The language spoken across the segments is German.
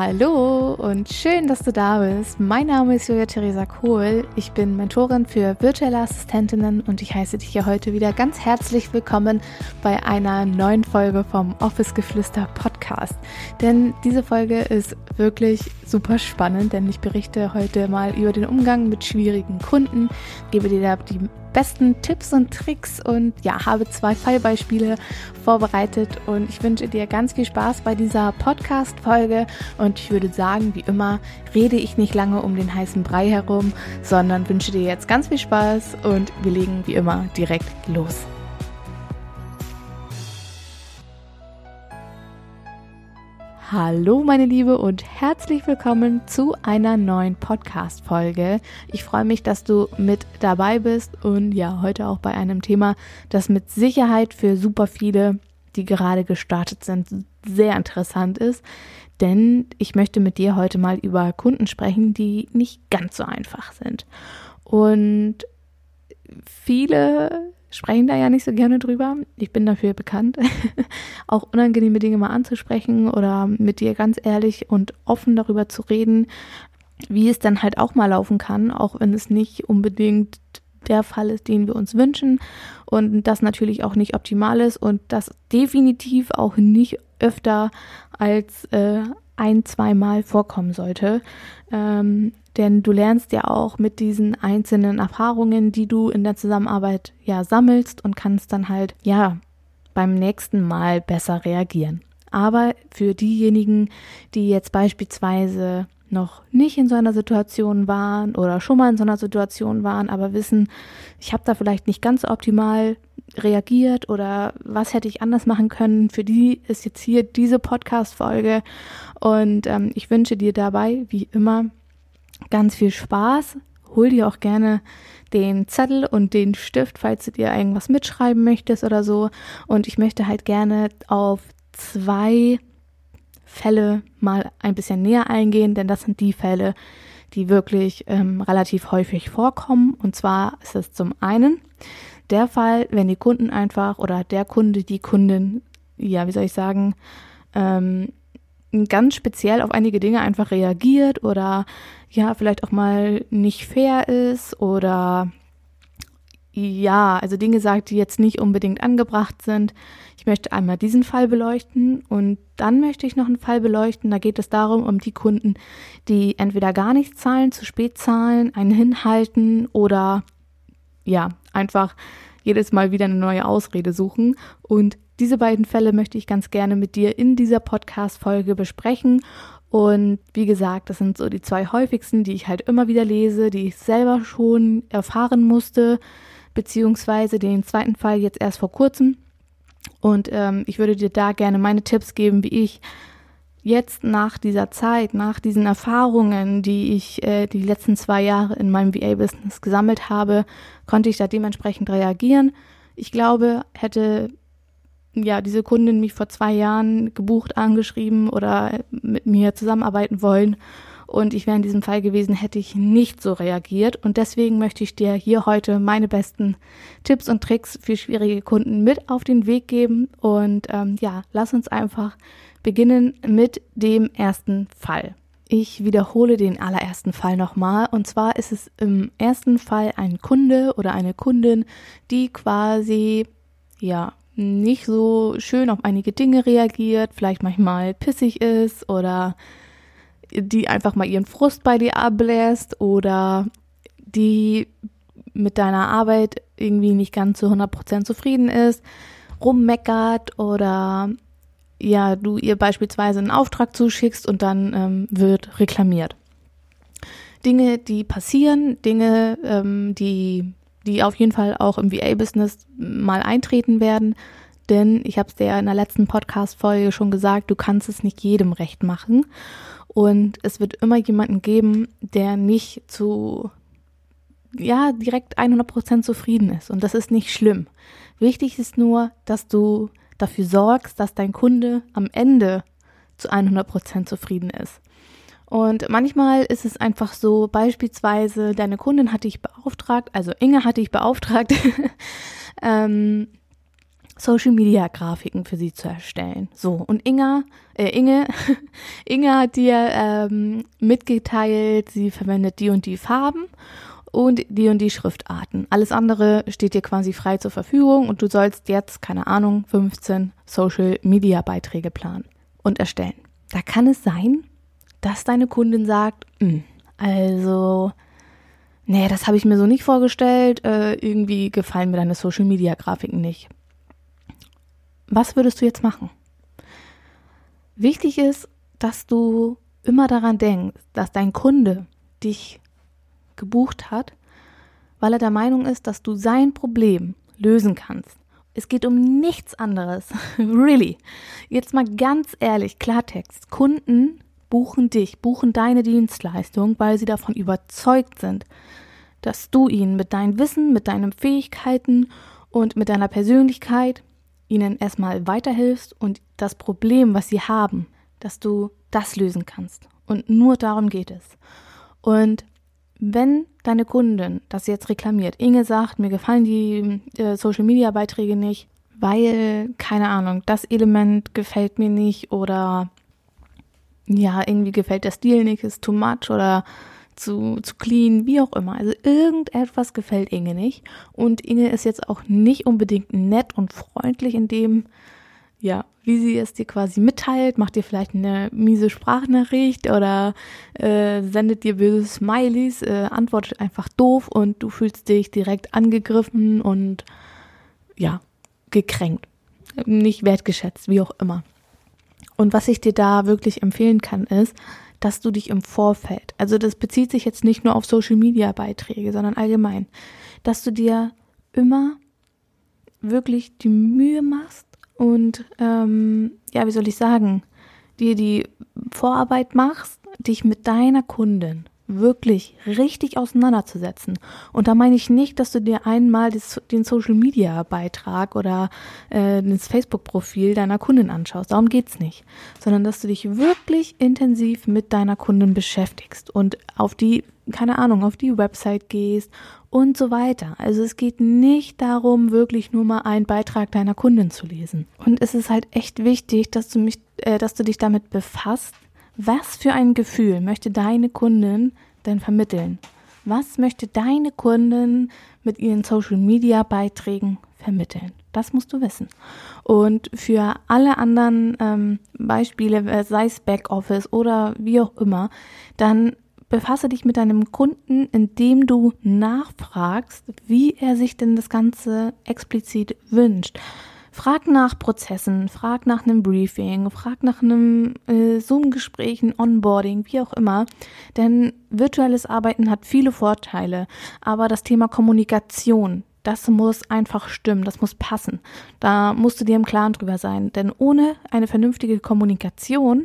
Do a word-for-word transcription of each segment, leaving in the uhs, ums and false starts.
Hallo und schön, dass du da bist. Mein Name ist Julia Theresa Kohl. Ich bin Mentorin für virtuelle Assistentinnen und ich heiße dich hier heute wieder ganz herzlich willkommen bei einer neuen Folge vom Office Geflüster Podcast. Denn diese Folge ist wirklich super spannend, denn ich berichte heute mal über den Umgang mit schwierigen Kunden, gebe dir da die besten Tipps und Tricks und ja, habe zwei Fallbeispiele vorbereitet und ich wünsche dir ganz viel Spaß bei dieser Podcast-Folge und ich würde sagen, wie immer, rede ich nicht lange um den heißen Brei herum, sondern wünsche dir jetzt ganz viel Spaß und wir legen wie immer direkt los. Hallo meine Liebe und herzlich willkommen zu einer neuen Podcast-Folge. Ich freue mich, dass du mit dabei bist und ja, heute auch bei einem Thema, das mit Sicherheit für super viele, die gerade gestartet sind, sehr interessant ist. Denn ich möchte mit dir heute mal über Kunden sprechen, die nicht ganz so einfach sind. Und viele sprechen da ja nicht so gerne drüber. Ich bin dafür bekannt, auch unangenehme Dinge mal anzusprechen oder mit dir ganz ehrlich und offen darüber zu reden, wie es dann halt auch mal laufen kann, auch wenn es nicht unbedingt der Fall ist, den wir uns wünschen und das natürlich auch nicht optimal ist und das definitiv auch nicht öfter als äh, ein, zweimal vorkommen sollte. Ähm, Denn du lernst ja auch mit diesen einzelnen Erfahrungen, die du in der Zusammenarbeit ja sammelst und kannst dann halt ja beim nächsten Mal besser reagieren. Aber für diejenigen, die jetzt beispielsweise noch nicht in so einer Situation waren oder schon mal in so einer Situation waren, aber wissen, ich habe da vielleicht nicht ganz optimal reagiert oder was hätte ich anders machen können, für die ist jetzt hier diese Podcast-Folge und ähm, ich wünsche dir dabei, wie immer, ganz viel Spaß. Hol dir auch gerne den Zettel und den Stift, falls du dir irgendwas mitschreiben möchtest oder so. Und ich möchte halt gerne auf zwei Fälle mal ein bisschen näher eingehen, denn das sind die Fälle, die wirklich ähm, relativ häufig vorkommen. Und zwar ist es zum einen der Fall, wenn die Kunden einfach oder der Kunde, die Kundin, ja, wie soll ich sagen, ähm, ganz speziell auf einige Dinge einfach reagiert oder ja, vielleicht auch mal nicht fair ist oder ja, also Dinge sagt, die jetzt nicht unbedingt angebracht sind. Ich möchte einmal diesen Fall beleuchten und dann möchte ich noch einen Fall beleuchten. Da geht es darum, um die Kunden, die entweder gar nicht zahlen, zu spät zahlen, einen hinhalten oder ja, einfach jedes Mal wieder eine neue Ausrede suchen. Und diese beiden Fälle möchte ich ganz gerne mit dir in dieser Podcast-Folge besprechen. Und wie gesagt, das sind so die zwei häufigsten, die ich halt immer wieder lese, die ich selber schon erfahren musste, beziehungsweise den zweiten Fall jetzt erst vor kurzem. Und ähm, ich würde dir da gerne meine Tipps geben, wie ich jetzt nach dieser Zeit, nach diesen Erfahrungen, die ich äh, die letzten zwei Jahre in meinem V A-Business gesammelt habe, konnte ich da dementsprechend reagieren. Ich glaube, hätte ja diese Kundin mich vor zwei Jahren gebucht, angeschrieben oder mit mir zusammenarbeiten wollen und ich wäre in diesem Fall gewesen, hätte ich nicht so reagiert und deswegen möchte ich dir hier heute meine besten Tipps und Tricks für schwierige Kunden mit auf den Weg geben und ähm, ja, lass uns einfach beginnen mit dem ersten Fall. Ich wiederhole den allerersten Fall nochmal und zwar ist es im ersten Fall ein Kunde oder eine Kundin, die quasi ja nicht so schön auf einige Dinge reagiert, vielleicht manchmal pissig ist oder die einfach mal ihren Frust bei dir ablässt oder die mit deiner Arbeit irgendwie nicht ganz zu hundert Prozent zufrieden ist, rummeckert oder ja, du ihr beispielsweise einen Auftrag zuschickst und dann ähm, wird reklamiert. Dinge, die passieren, Dinge, ähm, die die auf jeden Fall auch im V A-Business mal eintreten werden, denn ich habe es dir ja in der letzten Podcast-Folge schon gesagt, du kannst es nicht jedem recht machen und es wird immer jemanden geben, der nicht zu, ja, direkt hundert Prozent zufrieden ist und das ist nicht schlimm. Wichtig ist nur, dass du dafür sorgst, dass dein Kunde am Ende zu hundert Prozent zufrieden ist. Und manchmal ist es einfach so, beispielsweise deine Kundin hat dich beauftragt, also Inge hat dich beauftragt, ähm, Social-Media-Grafiken für sie zu erstellen. So, und Inga, äh, Inge, Inge hat dir ähm, mitgeteilt, sie verwendet die und die Farben und die und die Schriftarten. Alles andere steht dir quasi frei zur Verfügung und du sollst jetzt, keine Ahnung, fünfzehn Social-Media-Beiträge planen und erstellen. Da kann es sein, dass deine Kundin sagt, also, nee, das habe ich mir so nicht vorgestellt, äh, irgendwie gefallen mir deine Social-Media-Grafiken nicht. Was würdest du jetzt machen? Wichtig ist, dass du immer daran denkst, dass dein Kunde dich gebucht hat, weil er der Meinung ist, dass du sein Problem lösen kannst. Es geht um nichts anderes. Really. Jetzt mal ganz ehrlich, Klartext. Kunden buchen dich, buchen deine Dienstleistung, weil sie davon überzeugt sind, dass du ihnen mit deinem Wissen, mit deinen Fähigkeiten und mit deiner Persönlichkeit ihnen erstmal weiterhilfst und das Problem, was sie haben, dass du das lösen kannst. Und nur darum geht es. Und wenn deine Kundin das jetzt reklamiert, Inge sagt, mir gefallen die äh, Social-Media-Beiträge nicht, weil, keine Ahnung, das Element gefällt mir nicht oder ja, irgendwie gefällt der Stil nicht, ist too much oder zu, zu clean, wie auch immer. Also irgendetwas gefällt Inge nicht und Inge ist jetzt auch nicht unbedingt nett und freundlich in dem, ja, wie sie es dir quasi mitteilt, macht dir vielleicht eine miese Sprachnachricht oder äh, sendet dir böse Smileys, äh, antwortet einfach doof und du fühlst dich direkt angegriffen und ja, gekränkt, nicht wertgeschätzt, wie auch immer. Und was ich dir da wirklich empfehlen kann, ist, dass du dich im Vorfeld, also das bezieht sich jetzt nicht nur auf Social-Media-Beiträge, sondern allgemein, dass du dir immer wirklich die Mühe machst und, ähm, ja, wie soll ich sagen, dir die Vorarbeit machst, dich mit deiner Kundin wirklich richtig auseinanderzusetzen. Und da meine ich nicht, dass du dir einmal das, den Social-Media-Beitrag oder äh, das Facebook-Profil deiner Kundin anschaust. Darum geht's nicht. Sondern, dass du dich wirklich intensiv mit deiner Kundin beschäftigst und auf die, keine Ahnung, auf die Website gehst und so weiter. Also es geht nicht darum, wirklich nur mal einen Beitrag deiner Kundin zu lesen. Und es ist halt echt wichtig, dass du mich, äh, dass du dich damit befasst, was für ein Gefühl möchte deine Kundin denn vermitteln? Was möchte deine Kundin mit ihren Social-Media-Beiträgen vermitteln? Das musst du wissen. Und für alle anderen ähm, Beispiele, sei es Backoffice oder wie auch immer, dann befasse dich mit deinem Kunden, indem du nachfragst, wie er sich denn das Ganze explizit wünscht. Frag nach Prozessen, frag nach einem Briefing, frag nach einem äh, Zoom-Gespräch, ein Onboarding, wie auch immer. Denn virtuelles Arbeiten hat viele Vorteile, aber das Thema Kommunikation, das muss einfach stimmen, das muss passen. Da musst du dir im Klaren drüber sein, denn ohne eine vernünftige Kommunikation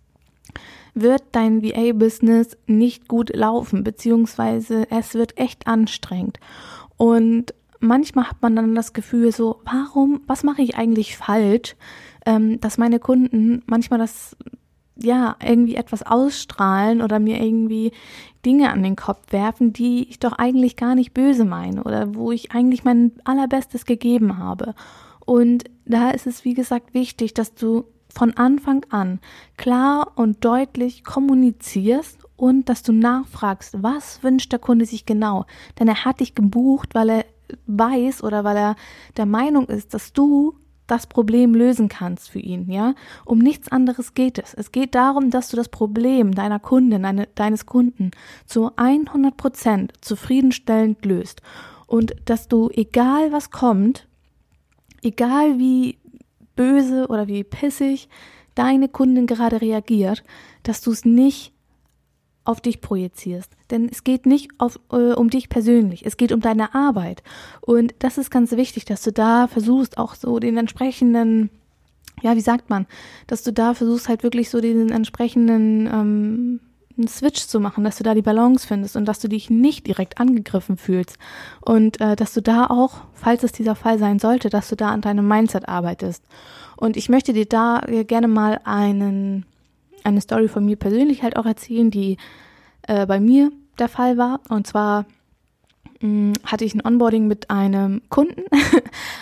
wird dein V A-Business nicht gut laufen, beziehungsweise es wird echt anstrengend. Und manchmal hat man dann das Gefühl so, warum, was mache ich eigentlich falsch, ähm, dass meine Kunden manchmal das, ja, irgendwie etwas ausstrahlen oder mir irgendwie Dinge an den Kopf werfen, die ich doch eigentlich gar nicht böse meine oder wo ich eigentlich mein Allerbestes gegeben habe. Und da ist es, wie gesagt, wichtig, dass du von Anfang an klar und deutlich kommunizierst und dass du nachfragst, was wünscht der Kunde sich genau? Denn er hat dich gebucht, weil er weiß oder weil er der Meinung ist, dass du das Problem lösen kannst für ihn, ja? Um nichts anderes geht es. Es geht darum, dass du das Problem deiner Kundin, deine, deines Kunden zu hundert Prozent zufriedenstellend löst und dass du, egal was kommt, egal wie böse oder wie pissig deine Kundin gerade reagiert, dass du es nicht auf dich projizierst. Denn es geht nicht auf, äh, um dich persönlich, es geht um deine Arbeit. Und das ist ganz wichtig, dass du da versuchst, auch so den entsprechenden, ja, wie sagt man, dass du da versuchst halt wirklich so den entsprechenden ähm, einen Switch zu machen, dass du da die Balance findest und dass du dich nicht direkt angegriffen fühlst. Und äh, dass du da auch, falls es dieser Fall sein sollte, dass du da an deinem Mindset arbeitest. Und ich möchte dir da gerne mal einen eine Story von mir persönlich halt auch erzählen, die äh, bei mir der Fall war. Und zwar mh, hatte ich ein Onboarding mit einem Kunden,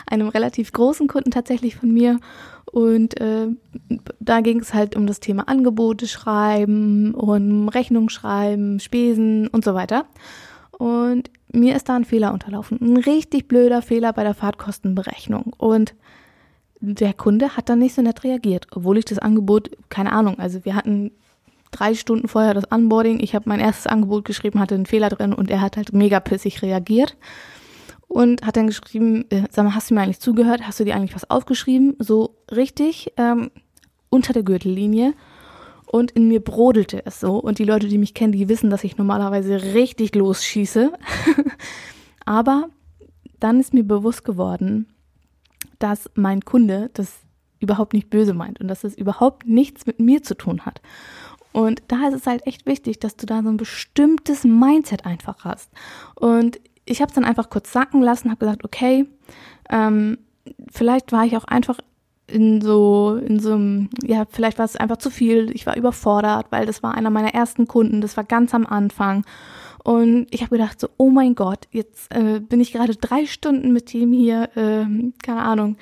einem relativ großen Kunden tatsächlich von mir. Und äh, da ging es halt um das Thema Angebote schreiben und Rechnung schreiben, Spesen und so weiter. Und mir ist da ein Fehler unterlaufen. Ein richtig blöder Fehler bei der Fahrtkostenberechnung. Und der Kunde hat dann nicht so nett reagiert, obwohl ich das Angebot, keine Ahnung, also wir hatten drei Stunden vorher das Onboarding, ich habe mein erstes Angebot geschrieben, hatte einen Fehler drin und er hat halt mega pissig reagiert und hat dann geschrieben, äh, sag mal, hast du mir eigentlich zugehört, hast du dir eigentlich was aufgeschrieben, so richtig ähm, unter der Gürtellinie, und in mir brodelte es so und die Leute, die mich kennen, die wissen, dass ich normalerweise richtig losschieße, aber dann ist mir bewusst geworden, dass mein Kunde das überhaupt nicht böse meint und dass es überhaupt nichts mit mir zu tun hat. Und da ist es halt echt wichtig, dass du da so ein bestimmtes Mindset einfach hast. Und ich habe es dann einfach kurz sacken lassen, habe gesagt, okay, ähm, vielleicht war ich auch einfach in so, in so einem, ja, vielleicht war es einfach zu viel, ich war überfordert, weil das war einer meiner ersten Kunden, das war ganz am Anfang. Und ich habe gedacht so, oh mein Gott, jetzt äh, bin ich gerade drei Stunden mit ihm hier, äh, keine Ahnung,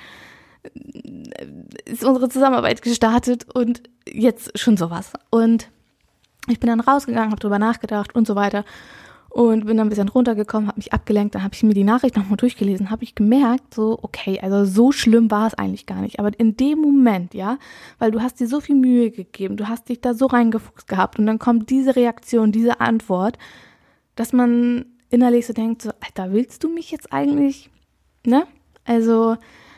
ist unsere Zusammenarbeit gestartet und jetzt schon sowas. Und ich bin dann rausgegangen, habe drüber nachgedacht und so weiter und bin dann ein bisschen runtergekommen, habe mich abgelenkt, dann habe ich mir die Nachricht nochmal durchgelesen, habe ich gemerkt, so okay, also so schlimm war es eigentlich gar nicht. Aber in dem Moment, ja, weil du hast dir so viel Mühe gegeben, du hast dich da so reingefuchst gehabt und dann kommt diese Reaktion, diese Antwort, dass man innerlich so denkt, so, Alter, willst du mich jetzt eigentlich, ne? Also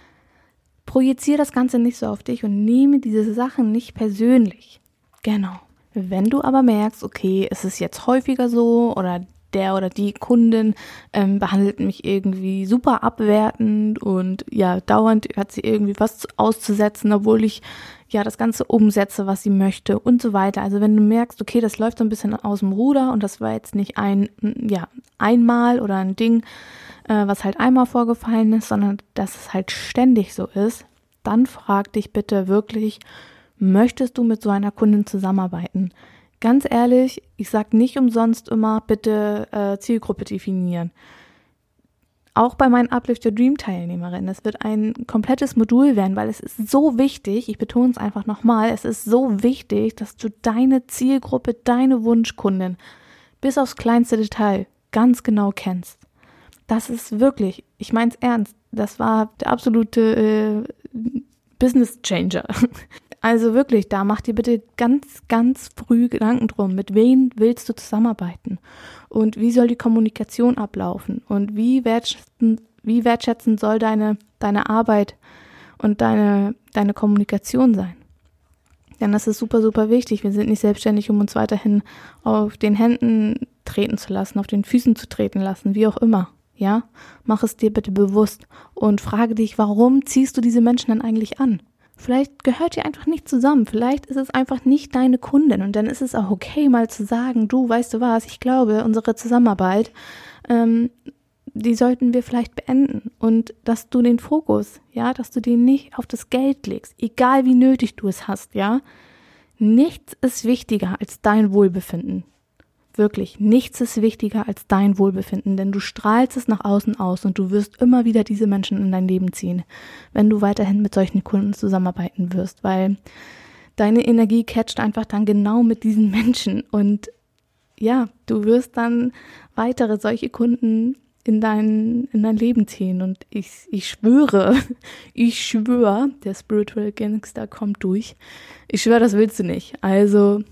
projiziere das Ganze nicht so auf dich und nehme diese Sachen nicht persönlich. Genau. Wenn du aber merkst, okay, es ist jetzt häufiger so oder der oder die Kundin ähm, behandelt mich irgendwie super abwertend und ja, dauernd hat sie irgendwie was auszusetzen, obwohl ich ja das Ganze umsetze, was sie möchte und so weiter. Also wenn du merkst, okay, das läuft so ein bisschen aus dem Ruder und das war jetzt nicht ein, ja, einmal oder ein Ding, äh, was halt einmal vorgefallen ist, sondern dass es halt ständig so ist, dann frag dich bitte wirklich, möchtest du mit so einer Kundin zusammenarbeiten? Ganz ehrlich, ich sag nicht umsonst immer, bitte äh, Zielgruppe definieren. Auch bei meinen Uplift Your Dream Teilnehmerinnen. Es wird ein komplettes Modul werden, weil es ist so wichtig, ich betone es einfach nochmal, es ist so wichtig, dass du deine Zielgruppe, deine Wunschkundin bis aufs kleinste Detail ganz genau kennst. Das ist wirklich, ich meine es ernst, das war der absolute äh, Business Changer. Also wirklich, da mach dir bitte ganz, ganz früh Gedanken drum, mit wem willst du zusammenarbeiten und wie soll die Kommunikation ablaufen und wie wertschätzend, wie wertschätzend soll deine, deine Arbeit und deine, deine Kommunikation sein. Denn das ist super, super wichtig. Wir sind nicht selbstständig, um uns weiterhin auf den Händen treten zu lassen, auf den Füßen zu treten lassen, wie auch immer. Ja, mach es dir bitte bewusst und frage dich, warum ziehst du diese Menschen denn eigentlich an? Vielleicht gehört ihr einfach nicht zusammen, vielleicht ist es einfach nicht deine Kundin und dann ist es auch okay, mal zu sagen, du, weißt du was, ich glaube, unsere Zusammenarbeit, ähm, die sollten wir vielleicht beenden und dass du den Fokus, ja, dass du den nicht auf das Geld legst, egal wie nötig du es hast, ja, nichts ist wichtiger als dein Wohlbefinden. Wirklich, nichts ist wichtiger als dein Wohlbefinden, denn du strahlst es nach außen aus und du wirst immer wieder diese Menschen in dein Leben ziehen, wenn du weiterhin mit solchen Kunden zusammenarbeiten wirst, weil deine Energie catcht einfach dann genau mit diesen Menschen und ja, du wirst dann weitere solche Kunden in dein, in dein Leben ziehen und ich, ich schwöre, ich schwöre, der Spiritual Gangster kommt durch, ich schwöre, das willst du nicht, also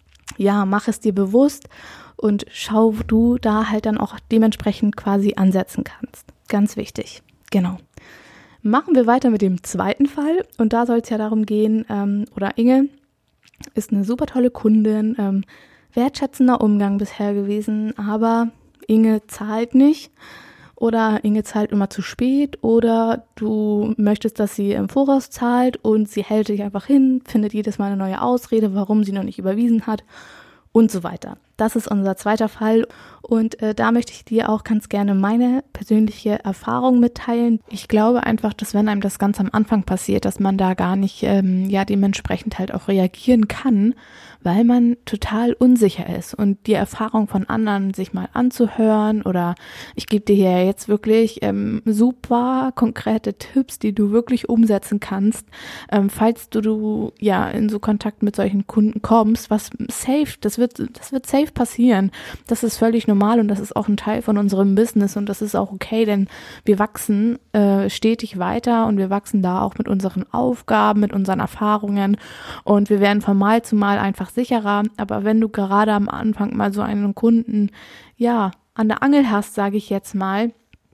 ja, mach es dir bewusst und schau, wo du da halt dann auch dementsprechend quasi ansetzen kannst. Ganz wichtig. Genau. Machen wir weiter mit dem zweiten Fall und da soll es ja darum gehen, ähm, oder Inge ist eine super tolle Kundin, ähm, wertschätzender Umgang bisher gewesen, aber Inge zahlt nicht oder Inge zahlt immer zu spät oder du möchtest, dass sie im Voraus zahlt und sie hält dich einfach hin, findet jedes Mal eine neue Ausrede, warum sie noch nicht überwiesen hat und so weiter. Das ist unser zweiter Fall Und äh, da möchte ich dir auch ganz gerne meine persönliche Erfahrung mitteilen. Ich glaube einfach, dass wenn einem das ganz am Anfang passiert, dass man da gar nicht ähm, ja dementsprechend halt auch reagieren kann, weil man total unsicher ist. Und die Erfahrung von anderen sich mal anzuhören oder ich gebe dir hier jetzt wirklich ähm, super konkrete Tipps, die du wirklich umsetzen kannst, ähm, falls du, du ja in so Kontakt mit solchen Kunden kommst, was safe, das wird, das wird safe passieren. Das ist völlig normal und das ist auch ein Teil von unserem Business und das ist auch okay, denn wir wachsen äh, stetig weiter und wir wachsen da auch mit unseren Aufgaben, mit unseren Erfahrungen und wir werden von Mal zu Mal einfach sicherer, aber wenn du gerade am Anfang mal so einen Kunden, ja, an der Angel hast, sage ich jetzt mal,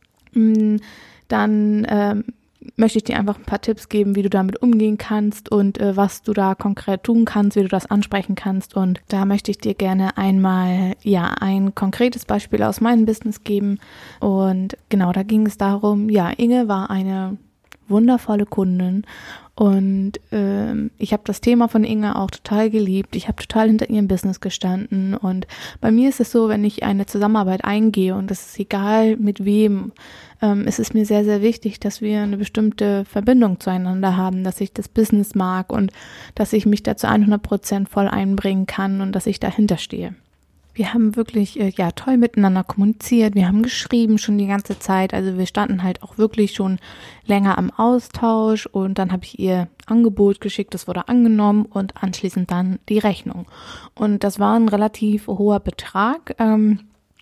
dann ähm, möchte ich dir einfach ein paar Tipps geben, wie du damit umgehen kannst und äh, was du da konkret tun kannst, wie du das ansprechen kannst und da möchte ich dir gerne einmal, ja, ein konkretes Beispiel aus meinem Business geben und genau, da ging es darum, ja, Inge war eine wundervolle Kundin und ähm, ich habe das Thema von Inge auch total geliebt. Ich habe total hinter ihrem Business gestanden und bei mir ist es so, wenn ich eine Zusammenarbeit eingehe und es ist egal mit wem, ähm, es ist mir sehr, sehr wichtig, dass wir eine bestimmte Verbindung zueinander haben, dass ich das Business mag und dass ich mich da zu hundert Prozent voll einbringen kann und dass ich dahinter stehe. Wir haben wirklich äh, ja toll miteinander kommuniziert, wir haben geschrieben schon die ganze Zeit, also wir standen halt auch wirklich schon länger am Austausch und dann habe ich ihr Angebot geschickt, das wurde angenommen und anschließend dann die Rechnung. Und das war ein relativ hoher Betrag, ähm,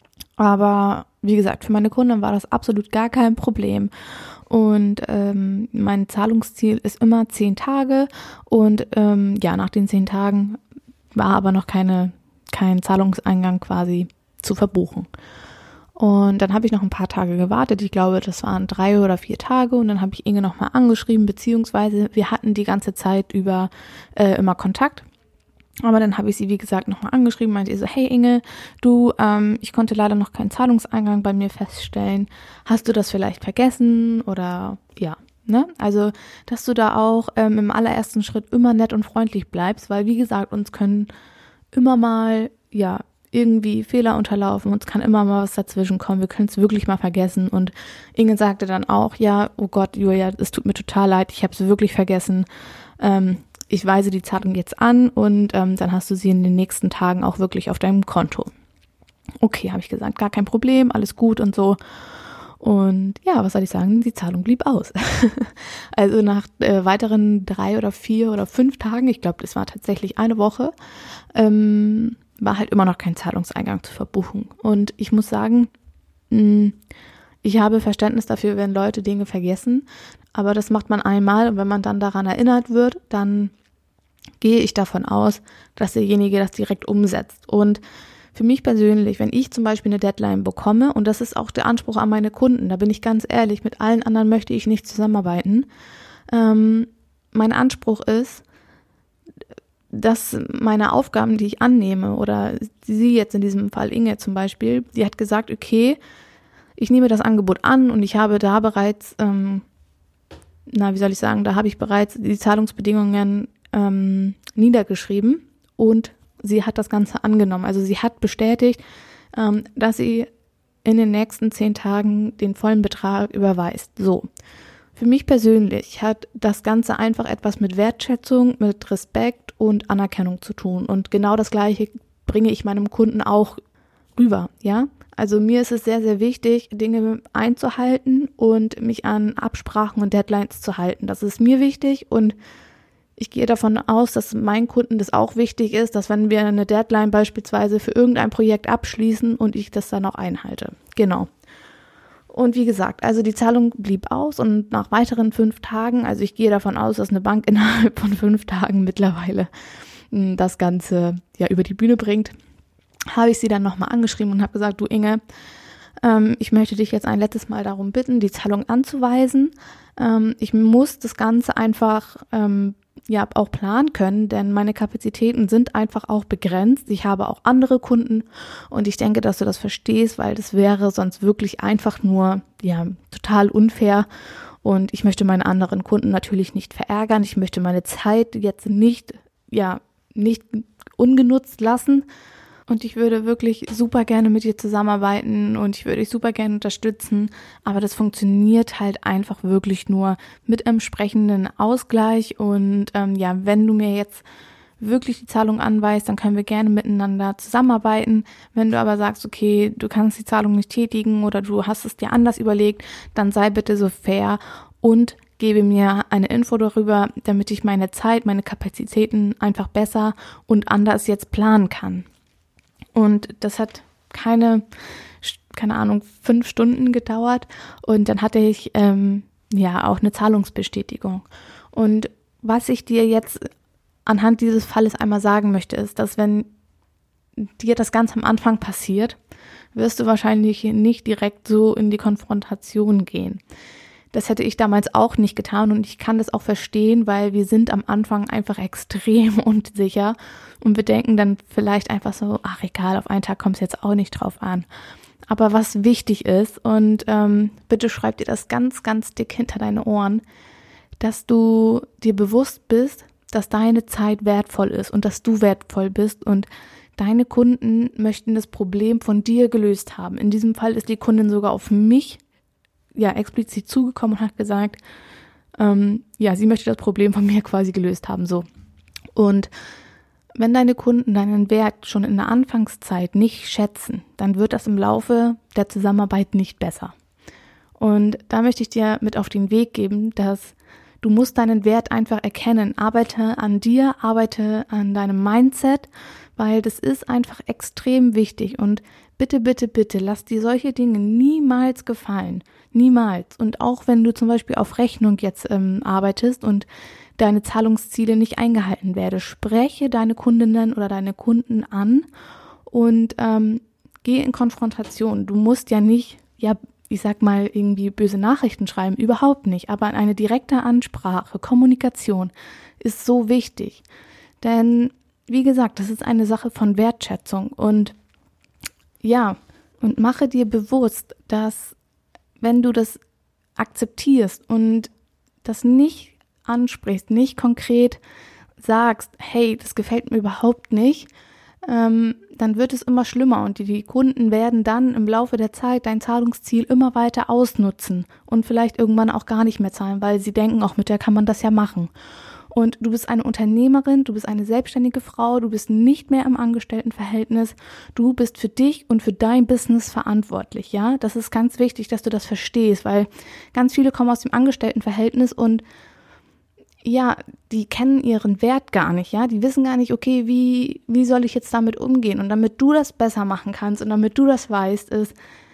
aber wie gesagt, für meine Kunden war das absolut gar kein Problem. Und ähm, mein Zahlungsziel ist immer zehn Tage und ähm, ja, nach den zehn Tagen war aber noch keine kein Zahlungseingang quasi zu verbuchen. Und dann habe ich noch ein paar Tage gewartet. Ich glaube, das waren drei oder vier Tage. Und dann habe ich Inge nochmal angeschrieben, beziehungsweise wir hatten die ganze Zeit über äh, immer Kontakt. Aber dann habe ich sie, wie gesagt, nochmal angeschrieben, meinte ihr so, hey Inge, du, ähm, ich konnte leider noch keinen Zahlungseingang bei mir feststellen. Hast du das vielleicht vergessen? Oder ja, ne? Also, dass du da auch ähm, im allerersten Schritt immer nett und freundlich bleibst, weil, wie gesagt, uns können immer mal, ja, irgendwie Fehler unterlaufen, uns kann immer mal was dazwischen kommen, wir können es wirklich mal vergessen und Inge sagte dann auch, ja, oh Gott, Julia, es tut mir total leid, ich habe es wirklich vergessen, ähm, ich weise die Zahlung jetzt an und ähm, dann hast du sie in den nächsten Tagen auch wirklich auf deinem Konto. Okay, habe ich gesagt, gar kein Problem, alles gut und so. Und ja, was soll ich sagen, die Zahlung blieb aus. Also nach äh, weiteren drei oder vier oder fünf Tagen, ich glaube, das war tatsächlich eine Woche, ähm, war halt immer noch kein Zahlungseingang zu verbuchen. Und ich muss sagen, mh, ich habe Verständnis dafür, wenn Leute Dinge vergessen, aber das macht man einmal und wenn man dann daran erinnert wird, dann gehe ich davon aus, dass derjenige das direkt umsetzt. Und für mich persönlich, wenn ich zum Beispiel eine Deadline bekomme, und das ist auch der Anspruch an meine Kunden, da bin ich ganz ehrlich, mit allen anderen möchte ich nicht zusammenarbeiten. Ähm, mein Anspruch ist, dass meine Aufgaben, die ich annehme, oder sie jetzt in diesem Fall Inge zum Beispiel, die hat gesagt, okay, ich nehme das Angebot an und ich habe da bereits, ähm, na wie soll ich sagen, da habe ich bereits die Zahlungsbedingungen ähm, niedergeschrieben und sie hat das Ganze angenommen. Also sie hat bestätigt, ähm, dass sie in den nächsten zehn Tagen den vollen Betrag überweist. So. Für mich persönlich hat das Ganze einfach etwas mit Wertschätzung, mit Respekt und Anerkennung zu tun. Und genau das Gleiche bringe ich meinem Kunden auch rüber, ja. Also mir ist es sehr, sehr wichtig, Dinge einzuhalten und mich an Absprachen und Deadlines zu halten. Das ist mir wichtig und ich gehe davon aus, dass meinen Kunden das auch wichtig ist, dass wenn wir eine Deadline beispielsweise für irgendein Projekt abschließen und ich das dann auch einhalte. Genau. Und wie gesagt, also die Zahlung blieb aus und nach weiteren fünf Tagen, also ich gehe davon aus, dass eine Bank innerhalb von fünf Tagen mittlerweile das Ganze ja über die Bühne bringt, habe ich sie dann nochmal angeschrieben und habe gesagt, du Inge, ähm, ich möchte dich jetzt ein letztes Mal darum bitten, die Zahlung anzuweisen. Ähm, ich muss das Ganze einfach ähm, ja auch planen können, denn meine Kapazitäten sind einfach auch begrenzt. Ich habe auch andere Kunden und ich denke, dass du das verstehst, weil das wäre sonst wirklich einfach nur ja total unfair und ich möchte meine anderen Kunden natürlich nicht verärgern. Ich möchte meine Zeit jetzt nicht ja nicht ungenutzt lassen und ich würde wirklich super gerne mit dir zusammenarbeiten und ich würde dich super gerne unterstützen, aber das funktioniert halt einfach wirklich nur mit einem entsprechenden Ausgleich und ähm, ja, wenn du mir jetzt wirklich die Zahlung anweist, dann können wir gerne miteinander zusammenarbeiten. Wenn du aber sagst, okay, du kannst die Zahlung nicht tätigen oder du hast es dir anders überlegt, dann sei bitte so fair und gebe mir eine Info darüber, damit ich meine Zeit, meine Kapazitäten einfach besser und anders jetzt planen kann. Und das hat keine, keine Ahnung, fünf Stunden gedauert und dann hatte ich ähm, ja auch eine Zahlungsbestätigung. Und was ich dir jetzt anhand dieses Falles einmal sagen möchte, ist, dass wenn dir das ganz am Anfang passiert, wirst du wahrscheinlich nicht direkt so in die Konfrontation gehen. Das hätte ich damals auch nicht getan und ich kann das auch verstehen, weil wir sind am Anfang einfach extrem unsicher und wir denken dann vielleicht einfach so, ach egal, auf einen Tag kommt es jetzt auch nicht drauf an. Aber was wichtig ist, und ähm, bitte schreib dir das ganz, ganz dick hinter deine Ohren, dass du dir bewusst bist, dass deine Zeit wertvoll ist und dass du wertvoll bist und deine Kunden möchten das Problem von dir gelöst haben. In diesem Fall ist die Kundin sogar auf mich ja explizit zugekommen und hat gesagt, ähm, ja, sie möchte das Problem von mir quasi gelöst haben, so. Und wenn deine Kunden deinen Wert schon in der Anfangszeit nicht schätzen, dann wird das im Laufe der Zusammenarbeit nicht besser. Und da möchte ich dir mit auf den Weg geben, dass du musst deinen Wert einfach erkennen. Arbeite an dir, arbeite an deinem Mindset, weil das ist einfach extrem wichtig. Und bitte, bitte, bitte, lass dir solche Dinge niemals gefallen. Niemals. Und auch wenn du zum Beispiel auf Rechnung jetzt ähm, arbeitest und deine Zahlungsziele nicht eingehalten werden, spreche deine Kundinnen oder deine Kunden an und ähm, geh in Konfrontation. Du musst ja nicht, ja, ich sag mal, irgendwie böse Nachrichten schreiben, überhaupt nicht. Aber eine direkte Ansprache, Kommunikation ist so wichtig. Denn, wie gesagt, das ist eine Sache von Wertschätzung. Und ja, und mache dir bewusst, dass wenn du das akzeptierst und das nicht ansprichst, nicht konkret sagst, hey, das gefällt mir überhaupt nicht, ähm, dann wird es immer schlimmer und die, die Kunden werden dann im Laufe der Zeit dein Zahlungsziel immer weiter ausnutzen und vielleicht irgendwann auch gar nicht mehr zahlen, weil sie denken, auch mit der kann man das ja machen. Und du bist eine Unternehmerin, du bist eine selbstständige Frau, du bist nicht mehr im Angestelltenverhältnis, du bist für dich und für dein Business verantwortlich, ja? Das ist ganz wichtig, dass du das verstehst, weil ganz viele kommen aus dem Angestelltenverhältnis und ja, die kennen ihren Wert gar nicht, ja, die wissen gar nicht, okay, wie, wie soll ich jetzt damit umgehen? Und damit du das besser machen kannst und damit du das weißt, ist,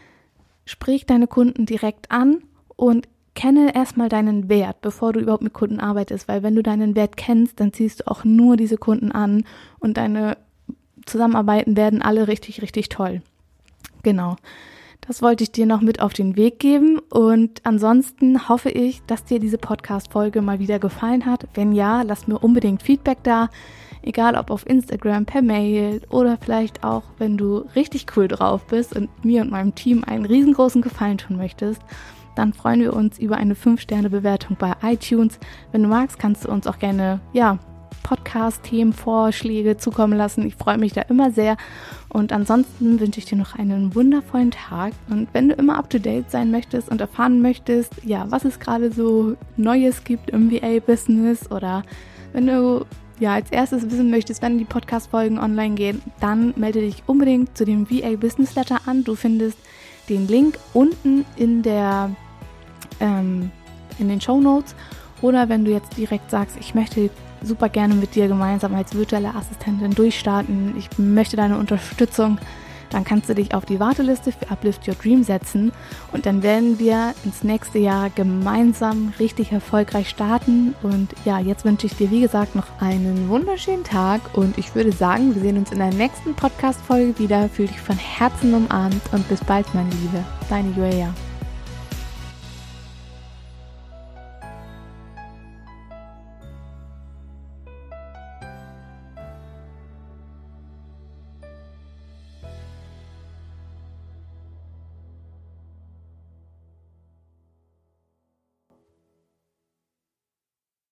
sprich deine Kunden direkt an und kenne erstmal deinen Wert, bevor du überhaupt mit Kunden arbeitest, weil wenn du deinen Wert kennst, dann ziehst du auch nur diese Kunden an und deine Zusammenarbeiten werden alle richtig, richtig toll. Genau. Das wollte ich dir noch mit auf den Weg geben und ansonsten hoffe ich, dass dir diese Podcast-Folge mal wieder gefallen hat. Wenn ja, lass mir unbedingt Feedback da, egal ob auf Instagram, per Mail oder vielleicht auch, wenn du richtig cool drauf bist und mir und meinem Team einen riesengroßen Gefallen tun möchtest, dann freuen wir uns über eine fünf Sterne Bewertung bei iTunes. Wenn du magst, kannst du uns auch gerne, ja, Podcast-Themen, Vorschläge zukommen lassen. Ich freue mich da immer sehr. Und ansonsten wünsche ich dir noch einen wundervollen Tag. Und wenn du immer up-to-date sein möchtest und erfahren möchtest, ja, was es gerade so Neues gibt im V A-Business oder wenn du ja als erstes wissen möchtest, wenn die Podcast-Folgen online gehen, dann melde dich unbedingt zu dem V A-Business Letter an. Du findest den Link unten in der ähm, in den Shownotes. Oder wenn du jetzt direkt sagst, ich möchte super gerne mit dir gemeinsam als virtuelle Assistentin durchstarten, ich möchte deine Unterstützung, dann kannst du dich auf die Warteliste für Uplift Your Dream setzen und dann werden wir ins nächste Jahr gemeinsam richtig erfolgreich starten. Und ja, jetzt wünsche ich dir, wie gesagt, noch einen wunderschönen Tag und ich würde sagen, wir sehen uns in der nächsten Podcast-Folge wieder. Fühl dich von Herzen umarmt und bis bald, meine Liebe. Deine Julia.